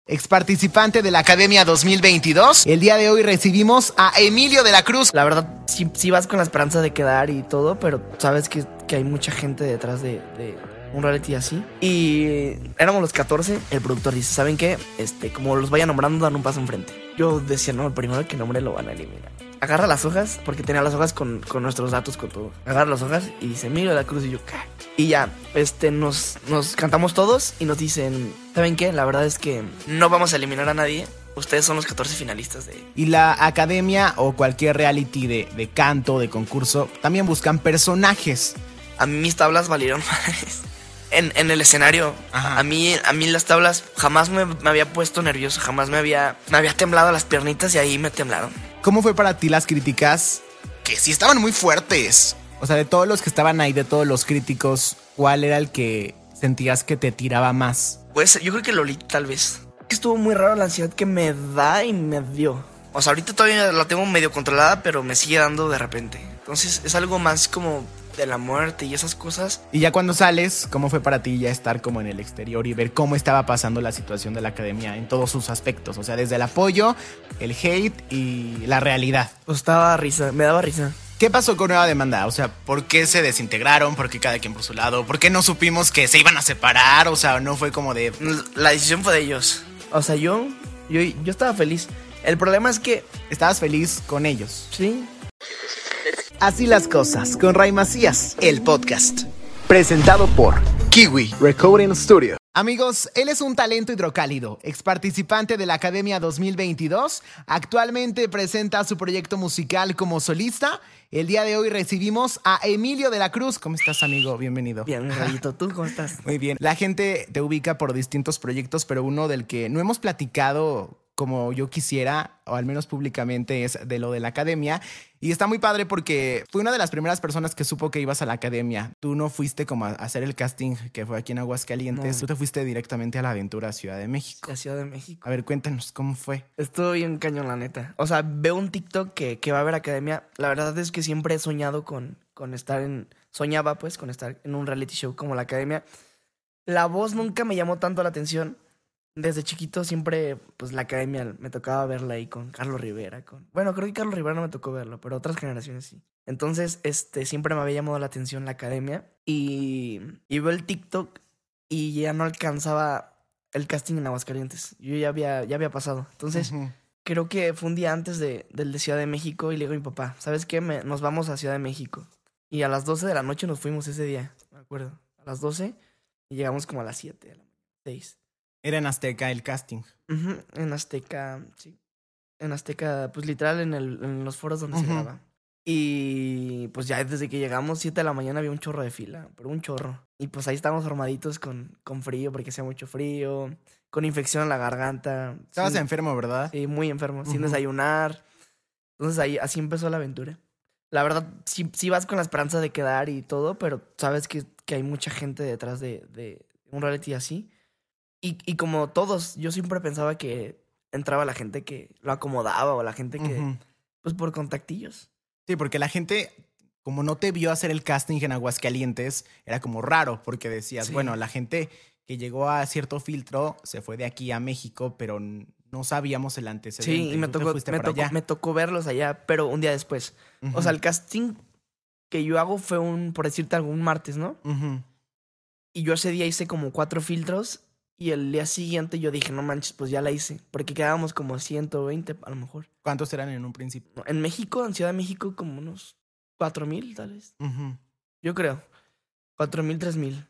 ex participante de la Academia 2022. El día de hoy recibimos a Emilio de la Cruz. La verdad, sí vas con la esperanza de quedar y todo, pero sabes que hay mucha gente detrás de un reality así. Y éramos los 14. El productor dice, ¿saben qué? Como los vaya nombrando, dan un paso enfrente. Yo decía, no, el primero que nombre lo van a eliminar. Agarra las hojas, porque tenía las hojas con nuestros datos, con todo. Agarra las hojas y dice, Emilio de la Cruz. Y yo, ¿qué? Y ya, nos cantamos todos y nos dicen, ¿saben qué? La verdad es que no vamos a eliminar a nadie. Ustedes son los 14 finalistas de... Y la academia o cualquier reality de canto, de concurso, también buscan personajes. A mí mis tablas valieron más. En el escenario, a mí las tablas jamás me había puesto nervioso, jamás me había temblado las piernitas y ahí me temblaron. ¿Cómo fue para ti las críticas? Que sí estaban muy fuertes. O sea, de todos los que estaban ahí, de todos los críticos, ¿cuál era el que sentías que te tiraba más? Pues yo creo que Lolita, tal vez. Estuvo muy raro la ansiedad que me da y me dio. O sea, ahorita todavía la tengo medio controlada, pero me sigue dando de repente. Entonces es algo más como de la muerte y esas cosas. Y ya cuando sales, ¿cómo fue para ti ya estar como en el exterior y ver cómo estaba pasando la situación de la academia en todos sus aspectos? O sea, desde el apoyo, el hate y la realidad. Pues me daba risa. ¿Qué pasó con Nueva Demanda? O sea, ¿por qué se desintegraron? ¿Por qué cada quien por su lado? ¿Por qué no supimos que se iban a separar? O sea, no fue como de... La decisión fue de ellos. O sea, yo estaba feliz. El problema es que... ¿Estabas feliz con ellos? Sí. Así las cosas, con Ray Macías, el podcast. Presentado por Kiwi Recording Studio. Amigos, él es un talento hidrocálido, ex participante de la Academia 2022. Actualmente presenta su proyecto musical como solista. El día de hoy recibimos a Emilio de la Cruz. ¿Cómo estás, amigo? Bienvenido. Bien, Rayito. ¿Tú cómo estás? Muy bien. La gente te ubica por distintos proyectos, pero uno del que no hemos platicado como yo quisiera, o al menos públicamente, es de lo de la academia. Y está muy padre porque fui una de las primeras personas que supo que ibas a la academia. Tú no fuiste como a hacer el casting que fue aquí en Aguascalientes. No. Tú te fuiste directamente a la aventura a Ciudad de México. A Ciudad de México. A ver, cuéntanos, ¿cómo fue? Estuvo bien cañón, la neta. O sea, veo un TikTok que va a haber academia. La verdad es que siempre he soñado con estar Soñaba, pues, con estar en un reality show como la academia. La voz nunca me llamó tanto la atención. Desde chiquito siempre, pues, la academia me tocaba verla ahí con Carlos Rivera. Bueno, creo que Carlos Rivera no me tocó verlo, pero otras generaciones sí. Entonces, siempre me había llamado la atención la academia. Y veo el TikTok y ya no alcanzaba el casting en Aguascalientes. Yo ya había pasado. Entonces, creo que fue un día antes del de Ciudad de México y le digo a mi papá, ¿sabes qué? Nos vamos a Ciudad de México. Y a las 12 de la noche nos fuimos ese día, me acuerdo. A las 12 y llegamos como a las 7 de la mañana, 6. Era en Azteca el casting. En Azteca, sí. En Azteca, pues literal en los foros donde se graba. Y pues ya desde que llegamos 7 de la mañana había un chorro de fila, pero un chorro. Y pues ahí estábamos armaditos con frío porque hacía mucho frío, con infección en la garganta. Estabas enfermo, ¿verdad? Sí, muy enfermo, sin desayunar. Entonces así empezó la aventura. La verdad, sí vas con la esperanza de quedar y todo, pero sabes que hay mucha gente detrás de un reality así. Y como todos, yo siempre pensaba que entraba la gente que lo acomodaba o la gente que, pues por contactillos. Sí, porque la gente, como no te vio hacer el casting en Aguascalientes, era como raro, porque decías, sí, bueno, la gente que llegó a cierto filtro se fue de aquí a México, pero no sabíamos el antecedente. Sí, y me tocó verlos allá, pero un día después. O sea, el casting que yo hago fue por decirte algún martes, ¿no? Y yo ese día hice como 4 filtros. Y el día siguiente yo dije, no manches, pues ya la hice. Porque quedábamos como 120 a lo mejor. ¿Cuántos eran en un principio? En México, en Ciudad de México, como unos 4,000 tal vez. Yo creo. 4,000, 3,000.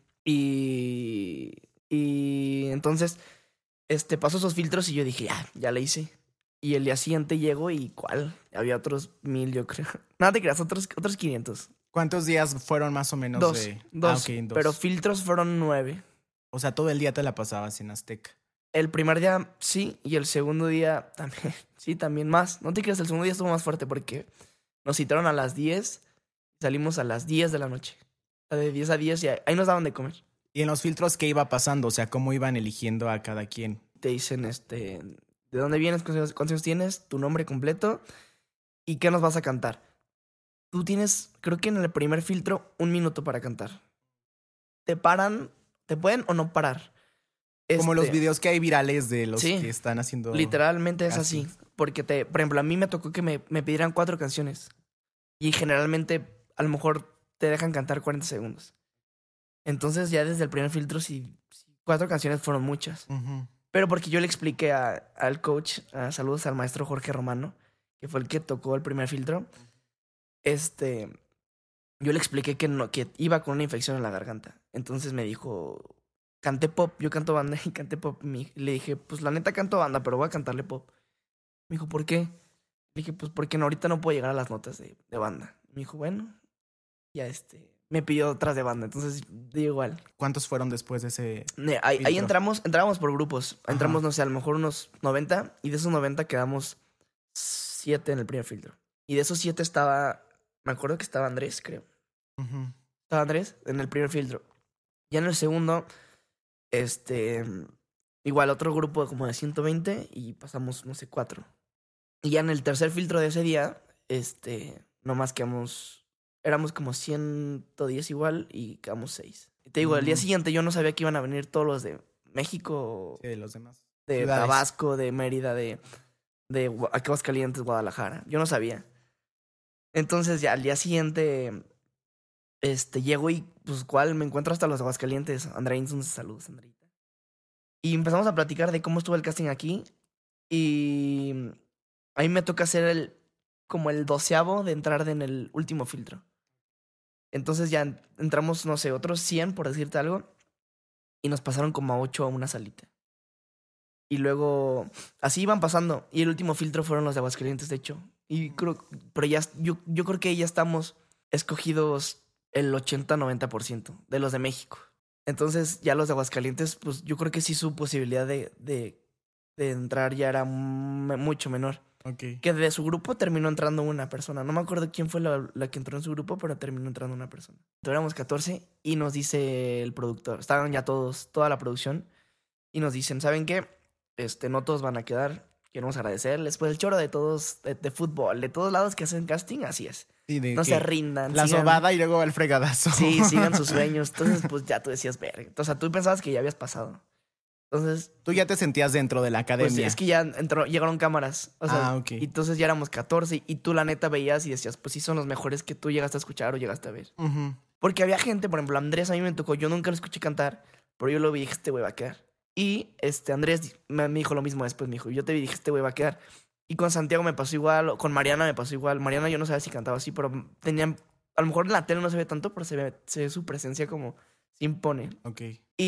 Y entonces, paso esos filtros y yo dije, ya la hice. Y el día siguiente llego y ¿cuál? Había otros 1,000, yo creo. Nada te creas, otros 500. ¿Cuántos días fueron más o menos? Dos. Okay, 2. Pero filtros fueron 9. O sea, todo el día te la pasabas en Azteca. El primer día sí, y el segundo día también. Sí, también más. No te creas, el segundo día estuvo más fuerte porque nos citaron a las 10, salimos a las 10 de la noche. O sea, de 10 a 10 y ahí nos daban de comer. ¿Y en los filtros qué iba pasando? O sea, ¿cómo iban eligiendo a cada quien? Te dicen, ¿de dónde vienes? ¿Cuántos años tienes? Tu nombre completo y qué nos vas a cantar. Tú tienes, creo que en el primer filtro, 1 minuto para cantar. Te pueden o no parar. Como los videos que hay virales de los sí, que están haciendo... Literalmente es así. Porque, por ejemplo, a mí me tocó que me pidieran 4 canciones. Y generalmente, a lo mejor, te dejan cantar 40 segundos. Entonces, ya desde el primer filtro, sí 4 canciones fueron muchas. Pero porque yo le expliqué al coach, saludos al maestro Jorge Romano, que fue el que tocó el primer filtro. Yo le expliqué que iba con una infección en la garganta. Entonces me dijo... Canté pop, yo canto banda y canté pop. Le dije, pues la neta canto banda, pero voy a cantarle pop. Me dijo, ¿por qué? Le dije, pues porque ahorita no puedo llegar a las notas de banda. Me dijo, bueno, ya me pidió otras de banda, entonces digo igual. ¿Cuántos fueron después de ese ahí entrábamos por grupos. Ajá. Entramos, no sé, a lo mejor unos 90, y de esos 90 quedamos 7 en el primer filtro. Y de esos 7 me acuerdo que estaba Andrés, creo. Estaba Andrés en el primer filtro. Ya en el segundo... igual otro grupo como de 120 y pasamos, no sé, 4. Y ya en el tercer filtro de ese día, nomás éramos como 110 igual y quedamos 6. Y te digo, el día siguiente yo no sabía que iban a venir todos los de México. Sí, de los demás. De ciudades. Tabasco, de Mérida, de Aguascalientes, Guadalajara. Yo no sabía. Entonces ya al día siguiente... llego y, pues, ¿cuál? Me encuentro hasta los Aguascalientes. Andreín, saludos, Andreita. Y empezamos a platicar de cómo estuvo el casting aquí. Y a mí me toca hacer como el 12avo de entrar en el último filtro. Entonces ya entramos, no sé, otros 100, por decirte algo. Y nos pasaron como a 8 a una salita. Y luego, así iban pasando. Y el último filtro fueron los de Aguascalientes, de hecho. Pero ya, yo creo que ya estamos escogidos... el 80-90% de los de México. Entonces, ya los de Aguascalientes, pues yo creo que sí su posibilidad de entrar ya era mucho menor. Okay. Que de su grupo terminó entrando una persona. No me acuerdo quién fue la que entró en su grupo, pero terminó entrando una persona. Entonces, éramos 14 y nos dice el productor, estaban ya toda la producción, y nos dicen, ¿saben qué? No todos van a quedar. Queremos agradecerles por el choro de todos, de fútbol, de todos lados que hacen casting, así es. Sí, no se rindan. La sobada y luego el fregadazo. Sí, sigan sus sueños. Entonces, pues ya tú decías, verga. O sea, tú pensabas que ya habías pasado. Entonces... Tú ya te sentías dentro de la academia. Pues es que ya llegaron cámaras. O sea, ok. Y entonces ya éramos 14 y tú la neta veías y decías, pues sí son los mejores que tú llegaste a escuchar o llegaste a ver. Porque había gente, por ejemplo, Andrés a mí me tocó, yo nunca lo escuché cantar, pero yo lo vi y dije, este güey va a quedar. Y Andrés me dijo lo mismo después, me dijo, yo te vi y dije, este güey va a quedar. Y con Santiago me pasó igual, con Mariana me pasó igual. Mariana yo no sabía si cantaba así, pero tenían... A lo mejor en la tele no se ve tanto, pero se ve su presencia como se impone. Ok.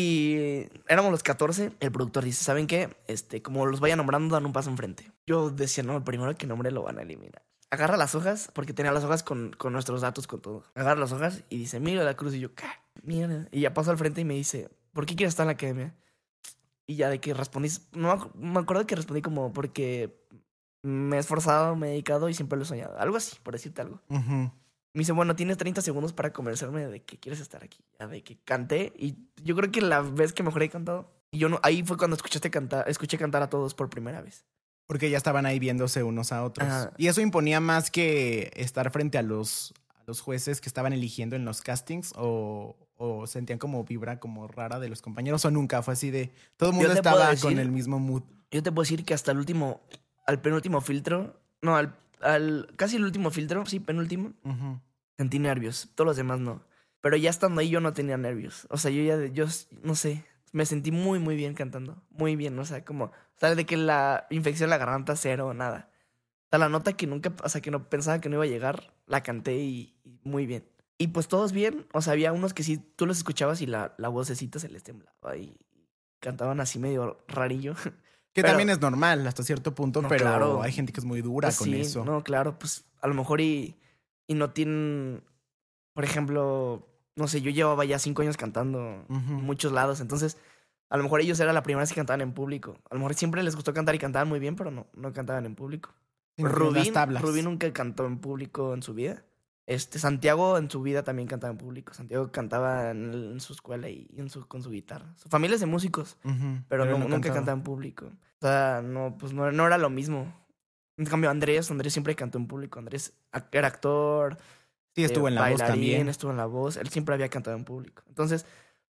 Y éramos los 14. El productor dice, ¿saben qué? Como los vaya nombrando, dan un paso enfrente. Yo decía, no, el primero que nombre lo van a eliminar. Agarra las hojas, porque tenía las hojas con nuestros datos, con todo. Agarra las hojas y dice, mira la cruz. Y yo, ¿qué? Mierda. Y ya paso al frente y me dice, ¿por qué quieres estar en la academia? Y ya de que respondí, no me acuerdo que respondí como porque me he esforzado, me he dedicado y siempre lo he soñado. Algo así, por decirte algo. Me dice, bueno, tienes 30 segundos para convencerme de que quieres estar aquí. Ya de que canté. Y yo creo que la vez que mejor he cantado. Y yo no, ahí fue cuando escuché cantar a todos por primera vez. Porque ya estaban ahí viéndose unos a otros. Y eso imponía más que estar frente a los jueces que estaban eligiendo en los castings o sentían como vibra como rara de los compañeros o nunca fue así de todo el mundo estaba con el mismo mood. Yo te puedo decir que hasta al penúltimo filtro, no, casi el último filtro, sí, penúltimo, sentí nervios, todos los demás no. Pero ya estando ahí yo no tenía nervios. O sea, yo no sé, me sentí muy, muy bien cantando, muy bien, o sea, como, ¿sabes? De que la infección en la garganta cero, nada. O sea, la nota que nunca, o sea, que no pensaba que no iba a llegar, la canté y muy bien. Y pues todos bien, o sea, había unos que sí, tú los escuchabas y la vocecita se les temblaba y cantaban así medio rarillo. Que también es normal hasta cierto punto, no, pero claro, hay gente que es muy dura pues con sí, eso. No, claro, pues a lo mejor y no tienen, por ejemplo, no sé, yo llevaba ya 5 años cantando en muchos lados, entonces a lo mejor ellos era la primera vez que cantaban en público. A lo mejor siempre les gustó cantar y cantaban muy bien, pero no cantaban en público. Rubí nunca cantó en público en su vida. Santiago en su vida también cantaba en público. Santiago cantaba en su escuela y con su guitarra. Su familia es de músicos, pero nunca cantaba en público. O sea, no era lo mismo. En cambio, Andrés siempre cantó en público. Andrés era actor. Sí, estuvo en la voz también. Estuvo en la voz. Él siempre había cantado en público. Entonces,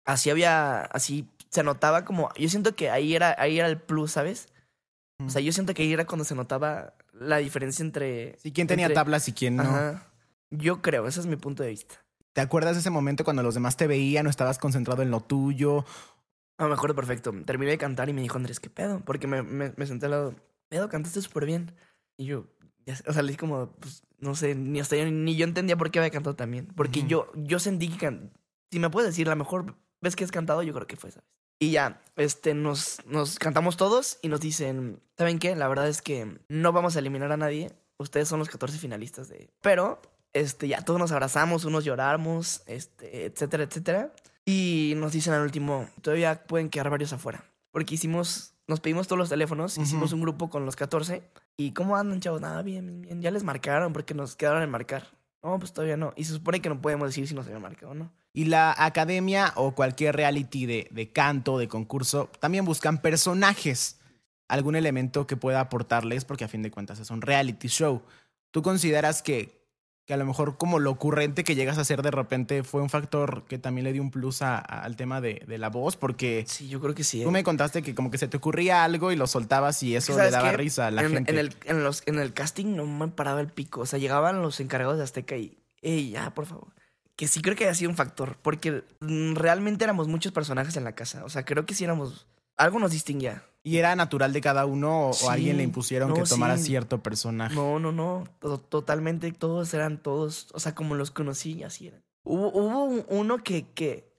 así se notaba como, yo siento que ahí era el plus, ¿sabes? O sea, yo siento que ahí era cuando se notaba la diferencia entre... Sí, quién tenía tablas y quién no. Ajá. Yo creo, ese es mi punto de vista. ¿Te acuerdas de ese momento cuando los demás te veían o estabas concentrado en lo tuyo? Me acuerdo perfecto. Terminé de cantar y me dijo, Andrés, ¿qué pedo? Porque me senté al lado. Pedo, cantaste súper bien. Y yo, o sea, le dije como, pues, no sé, ni yo entendía por qué había cantado tan bien. Porque yo sentí que, si me puedes decir, la mejor vez que has cantado, yo creo que fue, ¿sabes? Y ya, nos cantamos todos y nos dicen, ¿saben qué? La verdad es que no vamos a eliminar a nadie. Ustedes son los 14 finalistas de... Pero, ya todos nos abrazamos, unos lloramos, etcétera, etcétera. Y nos dicen al último, todavía pueden quedar varios afuera. Porque nos pedimos todos los teléfonos, hicimos un grupo con los 14. ¿Y cómo andan, chavos? Nada, bien, bien. Ya les marcaron porque nos quedaron en marcar. No, pues todavía no. Y se supone que no podemos decir si nos habían marcado o no. Y la academia o cualquier reality de canto, de concurso, también buscan personajes. Algún elemento que pueda aportarles, porque a fin de cuentas es un reality show. ¿Tú consideras que a lo mejor como lo ocurrente que llegas a hacer de repente fue un factor que también le dio un plus al tema de la voz? Porque sí, yo creo que sí. Tú me contaste que como que se te ocurría algo y lo soltabas y eso le daba risa a la gente. En el casting no me paraba el pico. O sea, llegaban los encargados de Azteca y... ¡Ey, ya, por favor! Que sí creo que haya sido un factor. Porque realmente éramos muchos personajes en la casa. O sea, creo que sí éramos... Algo nos distinguía. ¿Y era natural de cada uno sí, o a alguien le impusieron que tomara cierto personaje? No. Totalmente, todos eran todos... O sea, como los conocí, así eran. Hubo uno que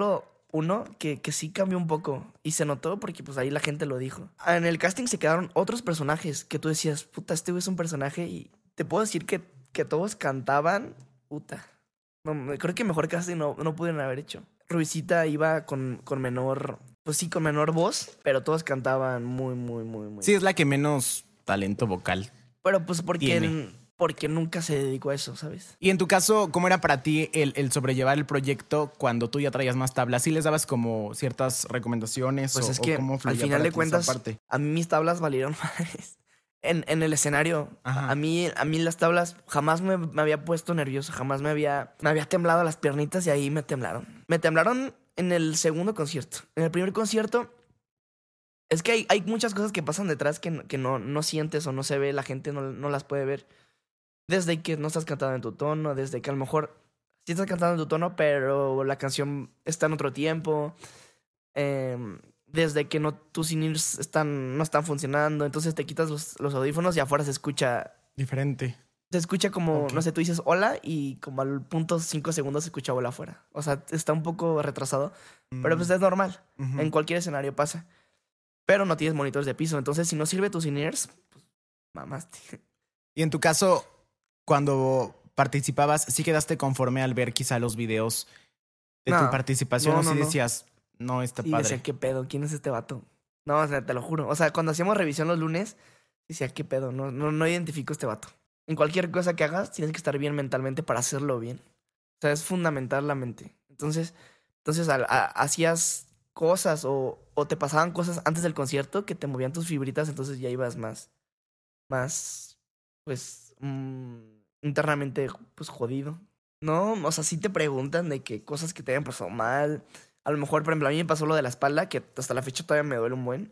sí cambió un poco. Y se notó porque pues ahí la gente lo dijo. En el casting se quedaron otros personajes que tú decías, puta, este güey es un personaje. Y te puedo decir que todos cantaban, puta. No, creo que mejor casting no pudieron haber hecho. Ruisita iba con menor... Pues sí, con menor voz, pero todos cantaban muy. Sí, es la que menos talento vocal. Pero pues porque nunca se dedicó a eso, ¿sabes? Y en tu caso, ¿cómo era para ti el sobrellevar el proyecto cuando tú ya traías más tablas? ¿Sí les dabas como ciertas recomendaciones? Pues es que cómo al final de cuentas, a mí mis tablas valieron más. En el escenario, a mí las tablas jamás me había puesto nervioso, jamás me había temblado las piernitas y ahí me temblaron. Me temblaron en el segundo concierto. En el primer concierto, es que hay muchas cosas que pasan detrás que no sientes o no se ve, la gente no las puede ver. Desde que no estás cantando en tu tono, desde que a lo mejor sí estás cantando en tu tono, pero la canción está en otro tiempo. Desde que tus in-ears no están funcionando, entonces te quitas los audífonos y afuera se escucha... diferente. Se escucha como, no sé, tú dices hola y como al punto 5 segundos se escucha hola afuera. O sea, está un poco retrasado, pero pues es normal. En cualquier escenario pasa. Pero no tienes monitores de piso, entonces si no sirve tus in-ears, pues mamaste. Y en tu caso, cuando participabas, ¿sí quedaste conforme al ver quizá los videos de tu participación? ¿O sí decías, no, está padre? Decía, ¿qué pedo? ¿Quién es este vato? No, o sea, te lo juro. O sea, cuando hacíamos revisión los lunes, decía, ¿qué pedo? No identifico a este vato. En cualquier cosa que hagas, tienes que estar bien mentalmente para hacerlo bien. O sea, es fundamental la mente. Entonces hacías cosas o te pasaban cosas antes del concierto que te movían tus fibritas, entonces ya ibas más, pues, internamente, pues, jodido. No, o sea, sí te preguntan de que cosas que te hayan pasado mal. A lo mejor, por ejemplo, a mí me pasó lo de la espalda, que hasta la fecha todavía me duele un buen.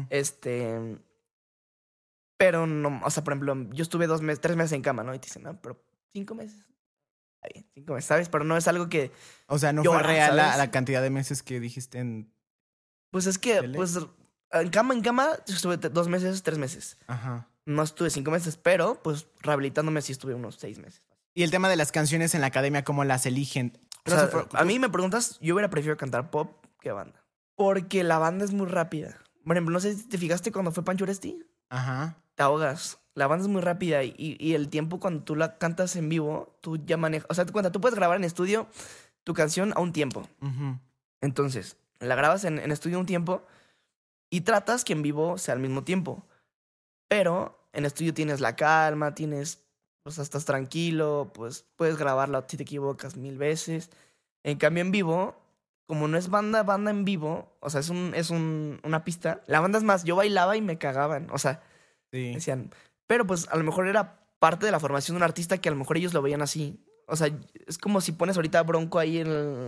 Pero no, o sea, por ejemplo, yo estuve 3 meses en cama, ¿no? Y te dicen, no, pero 5 meses. Está bien, 5 meses, ¿sabes? Pero no es algo que... O sea, no fue real la cantidad de meses que dijiste en... Pues es que, pues, en cama, estuve 2 meses, 3 meses. Ajá. No estuve 5 meses, pero, pues, rehabilitándome sí estuve unos 6 meses. Y el tema de las canciones en la academia, ¿cómo las eligen? O sea, a mí me preguntas, yo hubiera preferido cantar pop que banda. Porque la banda es muy rápida. Por ejemplo, no sé si te fijaste cuando fue Pancho Oresti. Ajá. Te ahogas. La banda es muy rápida y el tiempo cuando tú la cantas en vivo, tú ya manejas... O sea, tú puedes grabar en estudio tu canción a un tiempo. Entonces, la grabas en estudio un tiempo y tratas que en vivo sea al mismo tiempo. Pero en estudio tienes la calma, o sea, estás tranquilo, pues puedes grabarla si te equivocas 1000 veces. En cambio, en vivo, como no es banda en vivo, o sea, es una pista. La banda es más, yo bailaba y me cagaban, o sea, sí. Decían... Pero pues a lo mejor era parte de la formación de un artista que a lo mejor ellos lo veían así. O sea, es como si pones ahorita a Bronco ahí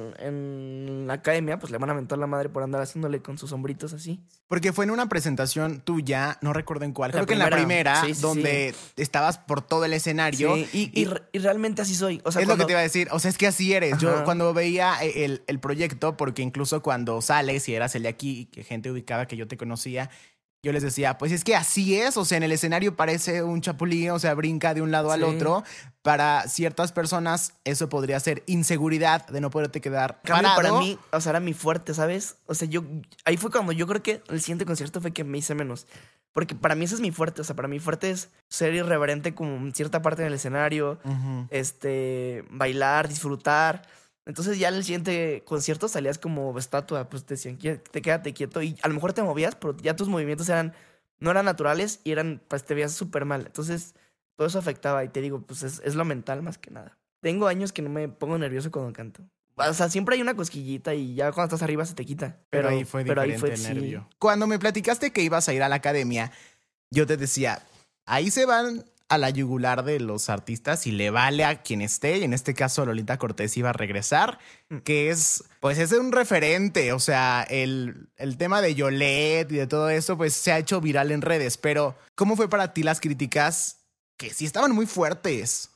en la academia, pues le van a mentar la madre por andar haciéndole con sus hombritos así. Porque fue en una presentación tuya, no recuerdo en cuál, La creo que en la primera, sí, donde estabas por todo el escenario. Sí, y realmente así soy. O sea, es lo que te iba a decir, o sea, es que así eres. Ajá. Yo cuando veía el proyecto, porque incluso cuando sales y eras el de aquí, que gente ubicaba que yo te conocía, yo les decía, pues es que así es, o sea, en el escenario parece un chapulín, o sea, brinca de un lado al otro. Para ciertas personas eso podría ser inseguridad de no poderte quedar parado. Para mí, o sea, era mi fuerte, ¿sabes? O sea, ahí fue cuando yo creo que el siguiente concierto fue que me hice menos. Porque para mí ese es mi fuerte, o sea, para mí fuerte es ser irreverente como en cierta parte del escenario, bailar, disfrutar. Entonces ya en el siguiente concierto salías como estatua, pues te decían, quédate quieto. Y a lo mejor te movías, pero ya tus movimientos no eran naturales y pues te veías súper mal. Entonces todo eso afectaba y te digo, pues es lo mental más que nada. Tengo años que no me pongo nervioso cuando canto. O sea, siempre hay una cosquillita y ya cuando estás arriba se te quita. Pero ahí fue diferente el nervio. Sí. Cuando me platicaste que ibas a ir a la academia, yo te decía, ahí se van a la yugular de los artistas y le vale a quien esté. Y en este caso Lolita Cortés iba a regresar, que es un referente. O sea, el tema de Yolette y de todo eso, pues se ha hecho viral en redes. Pero, ¿cómo fue para ti las críticas que sí estaban muy fuertes?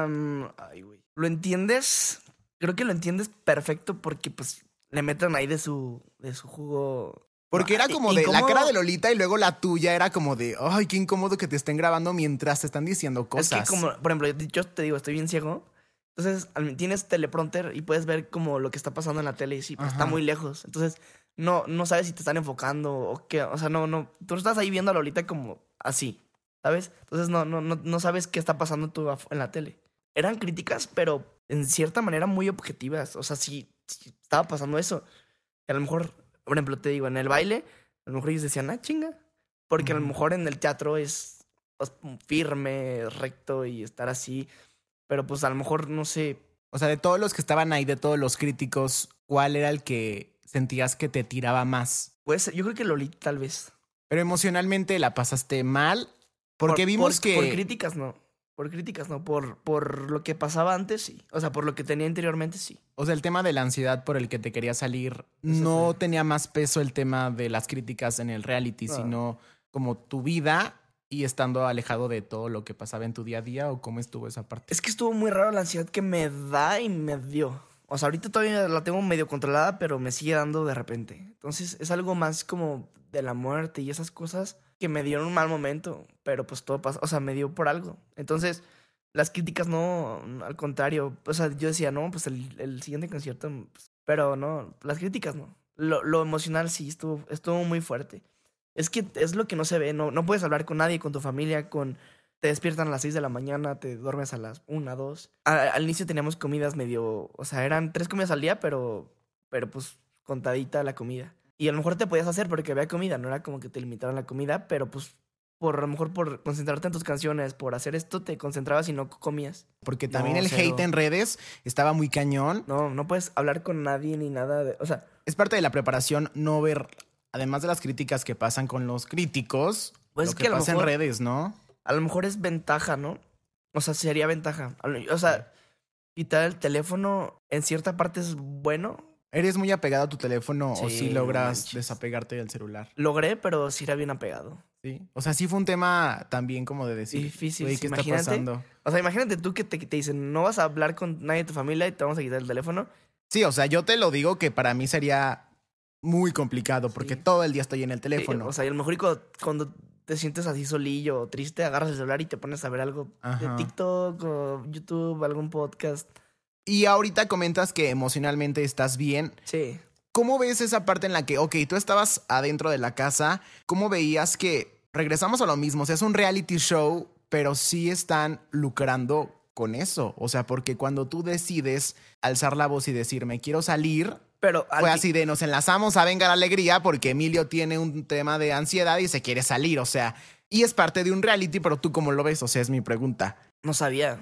Ay, güey. ¿Lo entiendes? Creo que lo entiendes perfecto porque, pues, le meten ahí de su jugo. Porque era como de la cara de Lolita y luego la tuya era como de, ay, qué incómodo que te estén grabando mientras te están diciendo cosas. Es que como, por ejemplo, yo te digo, estoy bien ciego. Entonces, tienes teleprompter y puedes ver como lo que está pasando en la tele y sí, pues está muy lejos. Entonces, no sabes si te están enfocando o qué. O sea, no. Tú estás ahí viendo a Lolita como así, ¿sabes? Entonces, no sabes qué está pasando tú en la tele. Eran críticas, pero en cierta manera muy objetivas. O sea, sí estaba pasando eso. Y a lo mejor, por ejemplo, te digo, en el baile, a lo mejor ellos decían, chinga. Porque a lo mejor en el teatro es pues, firme, recto y estar así. Pero pues a lo mejor, no sé. O sea, de todos los que estaban ahí, de todos los críticos, ¿cuál era el que sentías que te tiraba más? Pues yo creo que Lolita, tal vez. Pero emocionalmente la pasaste mal. Porque vimos que... Por críticas, no. Por críticas, no. Por lo que pasaba antes, sí. O sea, por lo que tenía interiormente, sí. O sea, el tema de la ansiedad por el que te quería salir no tenía más peso el tema de las críticas en el reality, sino como tu vida y estando alejado de todo lo que pasaba en tu día a día, ¿o cómo estuvo esa parte? Es que estuvo muy raro la ansiedad que me da y me dio. O sea, ahorita todavía la tengo medio controlada, pero me sigue dando de repente. Entonces, es algo más como de la muerte y esas cosas que me dieron un mal momento, pero pues todo pasa, o sea, me dio por algo. Entonces, las críticas no, al contrario. O sea, yo decía, no, pues el siguiente concierto, pues, pero no, las críticas no. Lo emocional sí estuvo muy fuerte. Es que es lo que no se ve, no puedes hablar con nadie, con tu familia, te despiertan a las 6 de la mañana, te duermes a las 1, 2. Al inicio teníamos comidas medio, o sea, eran 3 comidas al día, pero pues contadita la comida. Y a lo mejor te podías hacer porque había comida, no era como que te limitaran la comida, pero pues a lo mejor por concentrarte en tus canciones, por hacer esto, te concentrabas y no comías. Porque también el hate en redes estaba muy cañón. No puedes hablar con nadie ni nada o sea... Es parte de la preparación no ver, además de las críticas que pasan con los críticos, pues lo que pasa en redes, ¿no? A lo mejor es ventaja, ¿no? O sea, sería ventaja. O sea, quitar el teléfono en cierta parte es bueno. ¿Eres muy apegado a tu teléfono o sí logras desapegarte del celular? Logré, pero sí era bien apegado. Sí. O sea, sí fue un tema también como de decir, difícil. ¿qué está pasando? O sea, imagínate tú que te dicen, no vas a hablar con nadie de tu familia y te vamos a quitar el teléfono. Sí, o sea, yo te lo digo que para mí sería muy complicado porque todo el día estoy en el teléfono. Sí, o sea, y a lo mejor cuando te sientes así solillo o triste, agarras el celular y te pones a ver algo de TikTok o YouTube, algún podcast. Y ahorita comentas que emocionalmente estás bien. Sí. ¿Cómo ves esa parte en la que, tú estabas adentro de la casa? ¿Cómo veías que regresamos a lo mismo? O sea, es un reality show, pero sí están lucrando con eso. O sea, porque cuando tú decides alzar la voz y decir, me quiero salir... Pero fue así de nos enlazamos a Venga la Alegría porque Emilio tiene un tema de ansiedad y se quiere salir, o sea, y es parte de un reality, pero tú cómo lo ves, o sea, es mi pregunta. No sabías,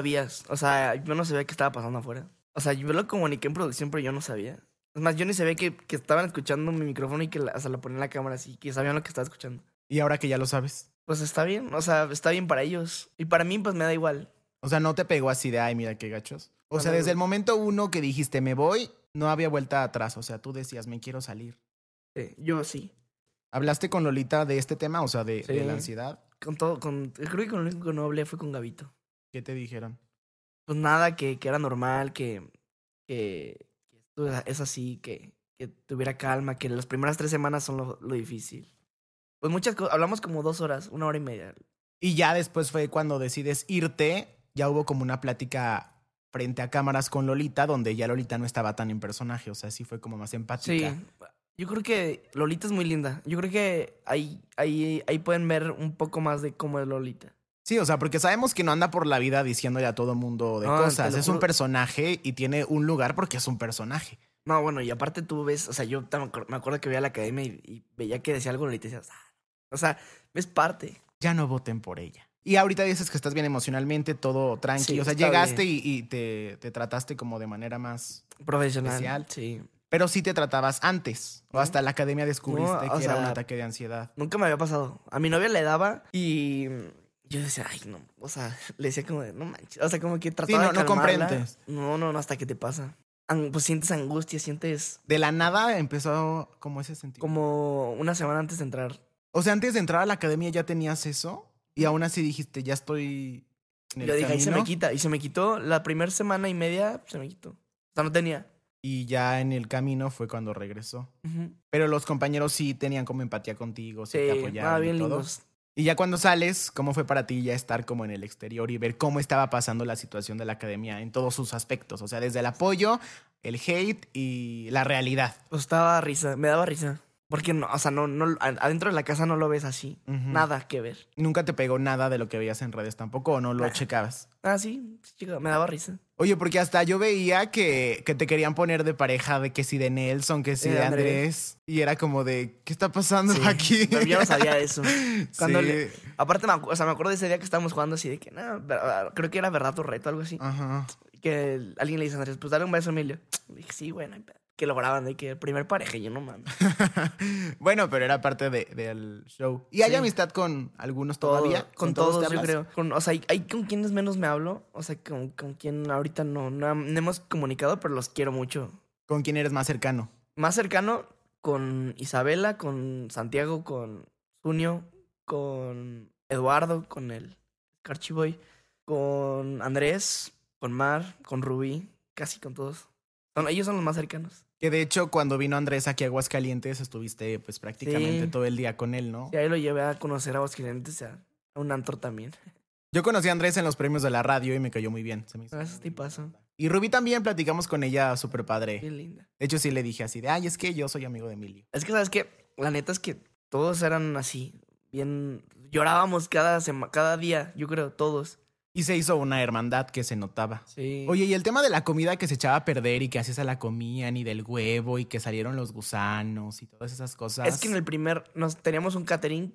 o sea, yo no sabía qué estaba pasando afuera. O sea, yo lo comuniqué en producción, pero yo no sabía. Es más, yo ni sabía que estaban escuchando mi micrófono y que hasta lo ponían en la cámara así, que sabían lo que estaba escuchando. ¿Y ahora que ya lo sabes? Pues está bien, o sea, está bien para ellos. Y para mí, pues me da igual. O sea, no te pegó así de, ay, mira qué gachos. O sea, desde el momento 1 que dijiste, me voy, no había vuelta atrás. O sea, tú decías, me quiero salir. Yo sí. ¿Hablaste con Lolita de este tema? O sea, de la ansiedad. Creo que con lo único que no hablé fue con Gabito. ¿Qué te dijeron? Pues nada, que era normal, que es así, que tuviera calma, que las primeras 3 semanas son lo difícil. Pues muchas cosas, hablamos como 2 horas, 1 hora y media. Y ya después fue cuando decides irte, ya hubo como una plática frente a cámaras con Lolita, donde ya Lolita no estaba tan en personaje, o sea, sí fue como más empática. Sí, yo creo que Lolita es muy linda. Yo creo que ahí pueden ver un poco más de cómo es Lolita. Sí, o sea, porque sabemos que no anda por la vida diciéndole a todo mundo de cosas. Es un personaje y tiene un lugar porque es un personaje. No, bueno, y aparte tú ves, o sea, yo me acuerdo que veía la academia y veía que decía algo Lolita y decías, o sea, ves parte. Ya no voten por ella. Y ahorita dices que estás bien emocionalmente, todo tranquilo. Sí, o sea, llegaste y te trataste como de manera más profesional. Especial. Sí. Pero sí te tratabas antes. O hasta la academia descubriste que era un ataque de ansiedad. Nunca me había pasado. A mi novia le daba y yo decía, ay, no. O sea, le decía como de, no manches. O sea, como que trataba de calmarla. No comprendes. No, hasta que te pasa. Pues sientes angustia, sientes... De la nada empezó como ese sentido. Como una semana antes de entrar. O sea, antes de entrar a la academia ya tenías eso. Y aún así dijiste, ya estoy en el camino. Yo dije, ahí se me quita. Y se me quitó. La primera semana y media se me quitó. O sea, no tenía. Y ya en el camino fue cuando regresó. Pero los compañeros sí tenían como empatía contigo, sí te apoyaban bien y todo. Lindos. Y ya cuando sales, ¿cómo fue para ti ya estar como en el exterior y ver cómo estaba pasando la situación de la academia en todos sus aspectos? O sea, desde el apoyo, el hate y la realidad. Pues me daba risa. Porque no, o sea, no, adentro de la casa no lo ves así. Nada que ver. ¿Nunca te pegó nada de lo que veías en redes tampoco o no lo checabas? Sí, me daba risa. Oye, porque hasta yo veía que te querían poner de pareja, de que si de Nelson, que si de Andrés. Y era como de, ¿qué está pasando aquí? Pero yo no sabía eso. Cuando aparte, me acuerdo de ese día que estábamos jugando así de que, creo que era verdad o reto, algo así. Ajá. Que alguien le dice a Andrés, pues dale un beso a Emilio. Y dije, sí, bueno, que lo graban de que el primer pareja, yo no mames. Bueno, pero era parte del show. ¿Y hay amistad con algunos todavía? Con todos yo creo. O sea, hay con quienes menos me hablo. O sea, con quien ahorita no hemos comunicado, pero los quiero mucho. ¿Con quién eres más cercano? Más cercano con Isabela, con Santiago, con Junio, con Eduardo, con el Carchiboy, con Andrés, con Mar, con Rubí, casi con todos. Ellos son los más cercanos. Que de hecho, cuando vino Andrés aquí a Aguascalientes, estuviste pues prácticamente todo el día con él, ¿no? Sí, ahí lo llevé a conocer a Aguascalientes, a un antro también. Yo conocí a Andrés en los premios de la radio y me cayó muy bien. Se me hizo Eso tipazo. Y Rubí también, platicamos con ella, súper padre. Bien linda. De hecho, sí le dije así de, ay, es que yo soy amigo de Emilio. Es que, ¿sabes qué? La neta es que todos eran así, bien... Llorábamos cada día, yo creo, todos. Y se hizo una hermandad que se notaba. Sí. Oye, y el tema de la comida que se echaba a perder y que así se la comían y del huevo y que salieron los gusanos y todas esas cosas. Es que en el teníamos un catering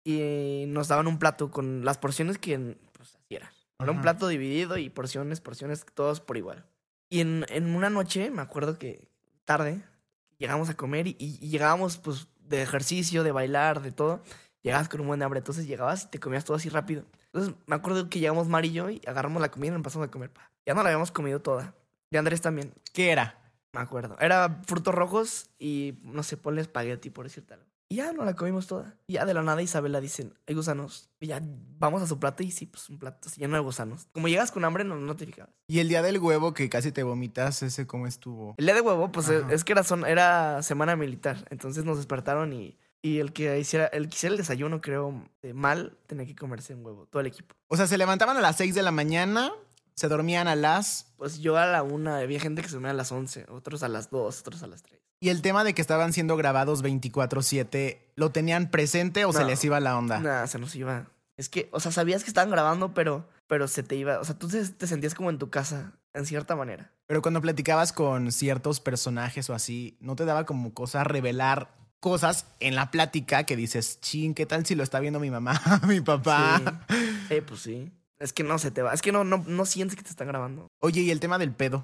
y nos daban un plato con las porciones que pues así era. Era un plato dividido y porciones, todos por igual. Y en una noche, me acuerdo que tarde, llegamos a comer y llegábamos pues de ejercicio, de bailar, de todo. Llegabas con un buen hambre, entonces llegabas y te comías todo así rápido. Entonces me acuerdo que llegamos Mar y yo y agarramos la comida y empezamos a comer. Ya no la habíamos comido toda. Y Andrés también. ¿Qué era? Me acuerdo. Era frutos rojos y, no sé, ponle espagueti, por decirte algo. Y ya no la comimos toda. Y ya de la nada Isabela dice, hay gusanos. Y ya vamos a su plato y sí, pues un plato así lleno de gusanos. Como llegas con hambre, no te fijabas. Y el día del huevo que casi te vomitas, ¿ese cómo estuvo? El día de huevo, pues es que era semana militar. Entonces nos despertaron y el que hiciera el desayuno, creo, mal, tenía que comerse un huevo, todo el equipo. O sea, se levantaban a las 6 de la mañana, se dormían a las... Pues yo a la 1, había gente que se dormía a las 11, otros a las 2, otros a las 3. ¿Y el tema de que estaban siendo grabados 24/7, lo tenían presente o se les iba la onda? Nah, se nos iba. Es que, o sea, sabías que estaban grabando, pero se te iba. O sea, tú te sentías como en tu casa, en cierta manera. Pero cuando platicabas con ciertos personajes o así, ¿no te daba como cosa revelar cosas en la plática que dices, chin, ¿qué tal si lo está viendo mi mamá, mi papá? Sí, pues sí. Es que no se te va. Es que no sientes que te están grabando. Oye, ¿y el tema del pedo?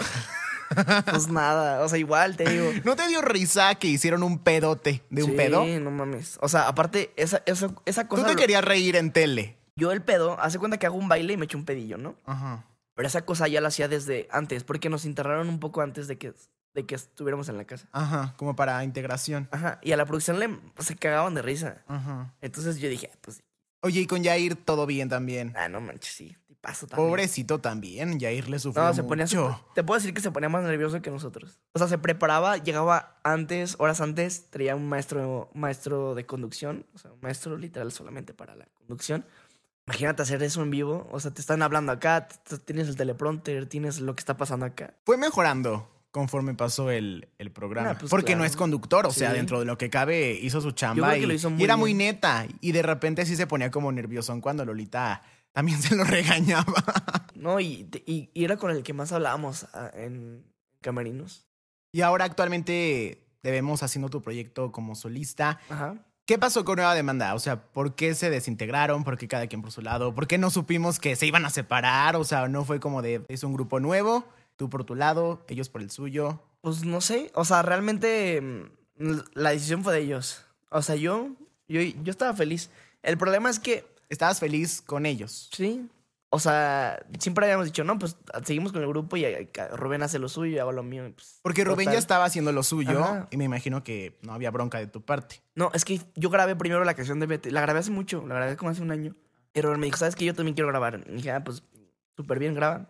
Pues nada, o sea, igual te digo. ¿No te dio risa que hicieron un pedote de un pedo? Sí, no mames. O sea, aparte, esa cosa... Tú te querías reír en tele, Yo el pedo, hace cuenta que hago un baile y me echo un pedillo, ¿no? Ajá. Pero esa cosa ya la hacía desde antes, porque nos internaron un poco antes de que estuviéramos en la casa. Ajá, como para integración. Ajá, y a la producción se cagaban de risa. Ajá. Entonces yo dije, pues, Oye, y con Yair todo bien también. no manches, sí, tipazo también. Pobrecito también, Yair le sufrió No, se ponía mucho. te puedo decir que se ponía más nervioso que nosotros. O sea, se preparaba, llegaba antes, horas antes, traía un maestro de conducción, o sea, un maestro literal solamente para la conducción. Imagínate hacer eso en vivo, o sea, te están hablando acá, tienes el teleprompter, tienes lo que está pasando acá. Fue mejorando conforme pasó el programa. Pues porque claro. no es conductor, o sea, Sí. dentro de lo que cabe hizo su Yo chamba creo que lo hizo muy y era bien. muy neta. Y de repente sí se ponía como nerviosón cuando Lolita también se lo regañaba. No, y era con el que más hablábamos en Camerinos. Y ahora actualmente te vemos haciendo tu proyecto como solista. Ajá. ¿Qué pasó con Nueva Demanda? O sea, ¿por qué se desintegraron? ¿Por qué cada quien por su lado? ¿Por qué no supimos que se iban a separar? O sea, no fue como de, es un grupo nuevo, tú por tu lado, ellos por el suyo. Pues no sé, o sea, realmente la decisión fue de ellos. O sea, yo estaba feliz. El problema es que, Estabas feliz con ellos. sí, o sea, siempre habíamos dicho, no, pues seguimos con el grupo y Rubén hace lo suyo y hago lo mío. Y pues, Porque Rubén total. ya estaba haciendo lo suyo. Ajá. Y me imagino que no había bronca de tu parte. No, es que yo grabé primero la canción de Vete. La grabé hace mucho, la grabé como hace un año. Y Rubén me dijo, ¿sabes qué? Yo también quiero grabar. Y dije, pues súper bien, graba.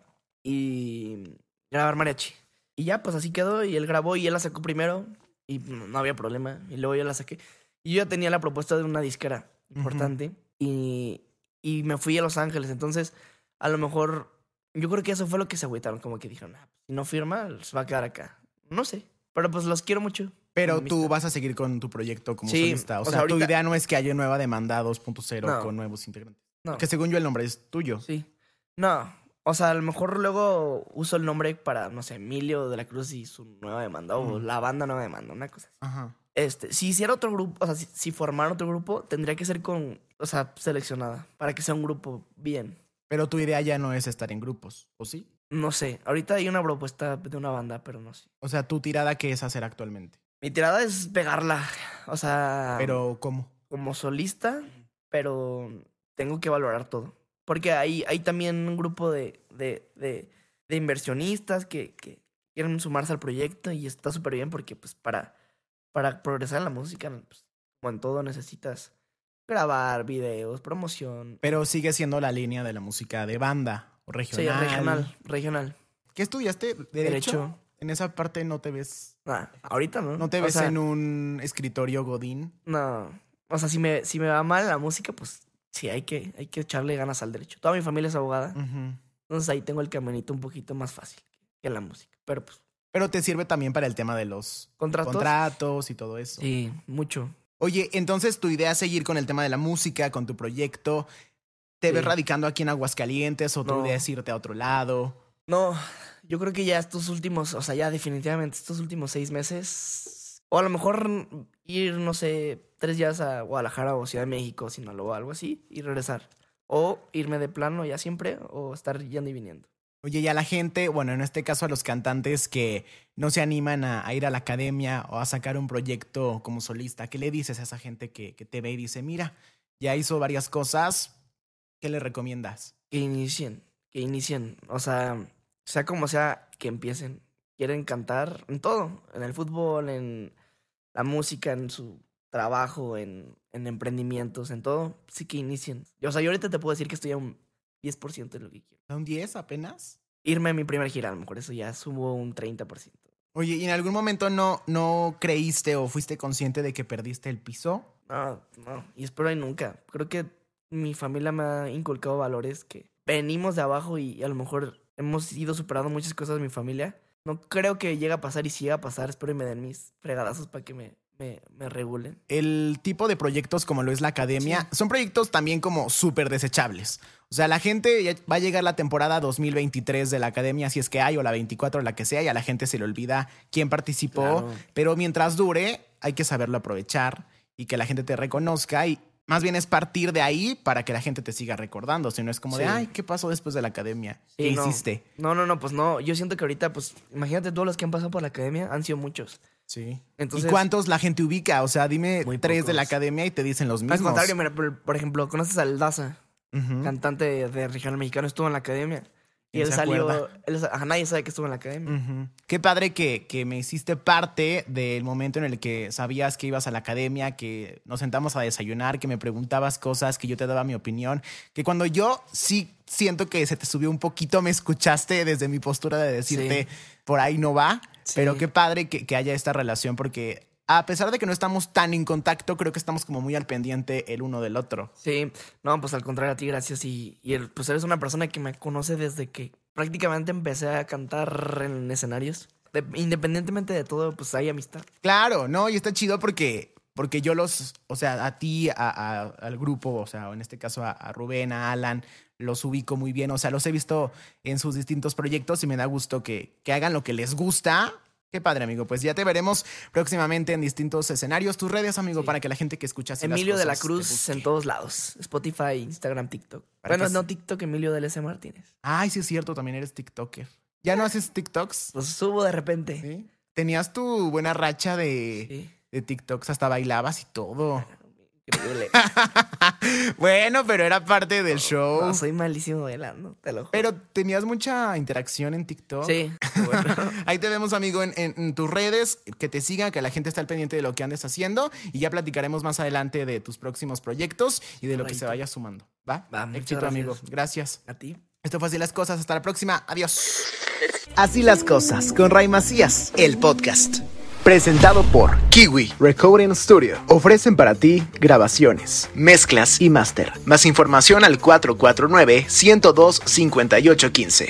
Y grabar mariachi. Y ya, pues así quedó. Y él grabó y él la sacó primero. Y no había problema. Y luego yo la saqué. Y yo ya tenía la propuesta de una disquera importante. Y me fui a Los Ángeles. Entonces, a lo mejor, yo creo que eso fue lo que se agüitaron. Como que dijeron, si no firma, se va a quedar acá. No sé. Pero pues los quiero mucho. Pero Como tú amistad. vas a seguir con tu proyecto como Sí, solista. O o sea, sea, tu ahorita- idea no es que haya Nueva Demanda 2.0 No. con nuevos integrantes. No. Que según yo el nombre es tuyo. Sí. No. O sea, a lo mejor luego uso el nombre para, no sé, Emilio de la Cruz y su nueva demanda. O la banda nueva demanda, una cosa así. Ajá. Si hiciera otro grupo, o sea, si formara otro grupo, tendría que ser seleccionada. Para que sea un grupo bien. Pero tu idea ya no es estar en grupos, ¿o sí? No sé. Ahorita hay una propuesta de una banda, pero no sé. O sea, tu tirada, ¿qué es hacer actualmente? Mi tirada es pegarla. O sea. Pero, ¿cómo? Como solista, pero tengo que valorar todo. Porque hay también un grupo de inversionistas que quieren sumarse al proyecto y está súper bien porque pues para progresar en la música, pues, como en todo, necesitas grabar videos, promoción. Pero sigue siendo la línea de la música de banda o regional. Sí, regional. ¿Qué estudiaste? ¿Derecho? En esa parte no te ves... Ahorita no. ¿No te O ves sea, en un escritorio godín? No. O sea, si me va mal la música, pues sí, hay que echarle ganas al derecho. Toda mi familia es abogada. Ujú. Entonces ahí tengo el caminito un poquito más fácil que en la música. Pero pues, Pero te sirve también para el tema de los contratos y todo eso. sí, mucho. Oye, entonces tu idea es seguir con el tema de la música, con tu proyecto. ¿Te ves Sí. radicando aquí en Aguascalientes o tu No. idea es irte a otro lado? No, yo creo que ya estos últimos, o sea, ya definitivamente estos últimos 6 meses, o a lo mejor ir, no sé, 3 días a Guadalajara o Ciudad de México, Sinaloa, algo así, y regresar. O irme de plano ya siempre, o estar yendo y viniendo. Oye, y a la gente, bueno, en este caso a los cantantes que no se animan a ir a la academia o a sacar un proyecto como solista, ¿qué le dices a esa gente que te ve y dice, mira, ya hizo varias cosas, ¿qué le recomiendas? Que inicien, o sea como sea, que empiecen. Quieren cantar en todo, en el fútbol, en la música, en su trabajo, en emprendimientos, en todo, sí que inicien. O sea, yo ahorita te puedo decir que estoy a un 10% de lo que quiero. ¿A un 10 apenas? Irme a mi primera gira, a lo mejor eso ya subo un 30%. Oye, ¿y en algún momento no creíste o fuiste consciente de que perdiste el piso? No, y espero y nunca. Creo que mi familia me ha inculcado valores que venimos de abajo y a lo mejor hemos ido superando muchas cosas de mi familia. No creo que llegue a pasar y si llega a pasar, espero y me den mis fregadazos para que me regulen. El tipo de proyectos como lo es la academia son proyectos también como súper desechables. O sea, la gente ya va a llegar la temporada 2023 de la academia, si es que hay, o la 24, la que sea, y a la gente se le olvida quién participó. Claro. Pero mientras dure, hay que saberlo aprovechar y que la gente te reconozca. Y más bien es partir de ahí para que la gente te siga recordando. Si no es como de, Sí. ay, ¿qué pasó después de la academia? Sí, ¿Qué no. hiciste? No, pues no. Yo siento que ahorita, pues, imagínate todos los que han pasado por la academia, han sido muchos. Sí. Entonces- ¿Y cuántos la gente ubica? O sea, dime Muy 3 de la pocos. academia y te dicen los mismos. Al contrario, mira, por ejemplo, ¿conoces al Daza? cantante de regional mexicano, estuvo en la academia. Y él salió, nadie sabe que estuvo en la academia. Qué padre que me hiciste parte del momento en el que sabías que ibas a la academia, que nos sentamos a desayunar, que me preguntabas cosas, que yo te daba mi opinión, que cuando yo sí siento que se te subió un poquito, me escuchaste desde mi postura de decirte, por ahí no va, pero qué padre que haya esta relación, porque a pesar de que no estamos tan en contacto, creo que estamos como muy al pendiente el uno del otro. Sí, no, pues al contrario a ti, gracias. Pues eres una persona que me conoce desde que prácticamente empecé a cantar en escenarios. Independientemente de todo, pues hay amistad. Claro, no, y está chido porque yo o sea, a ti, al grupo, o sea, en este caso a Rubén, a Alan, los ubico muy bien. O sea, los he visto en sus distintos proyectos y me da gusto que hagan lo que les gusta. Qué padre, amigo. Pues ya te veremos próximamente en distintos escenarios. Tus redes, amigo, para que la gente que escucha así Emilio de la Cruz en todos lados. Spotify, Instagram, TikTok. Bueno, no TikTok, Emilio del S. Martínez. Ay, sí es cierto, también eres TikToker. ¿Ya no haces TikToks? Pues subo de repente. ¿Sí? Tenías tu buena racha de TikToks, hasta bailabas y todo. Increíble. Bueno, pero era parte del show. No, soy malísimo bailando, te lo juro. Pero tenías mucha interacción en TikTok. Sí, bueno. Ahí te vemos, amigo, en tus redes. Que te sigan, que la gente esté al pendiente de lo que andes haciendo. Y ya platicaremos más adelante de tus próximos proyectos y de lo que se vaya sumando. ¿Va? Éxito, gracias. Amigo. Gracias. A ti. Esto fue Así las Cosas. Hasta la próxima. Adiós. Así las Cosas con Ray Macías, el podcast. Presentado por Kiwi Recording Studio. Ofrecen para ti grabaciones, mezclas y máster. Más información al 449-102-5815.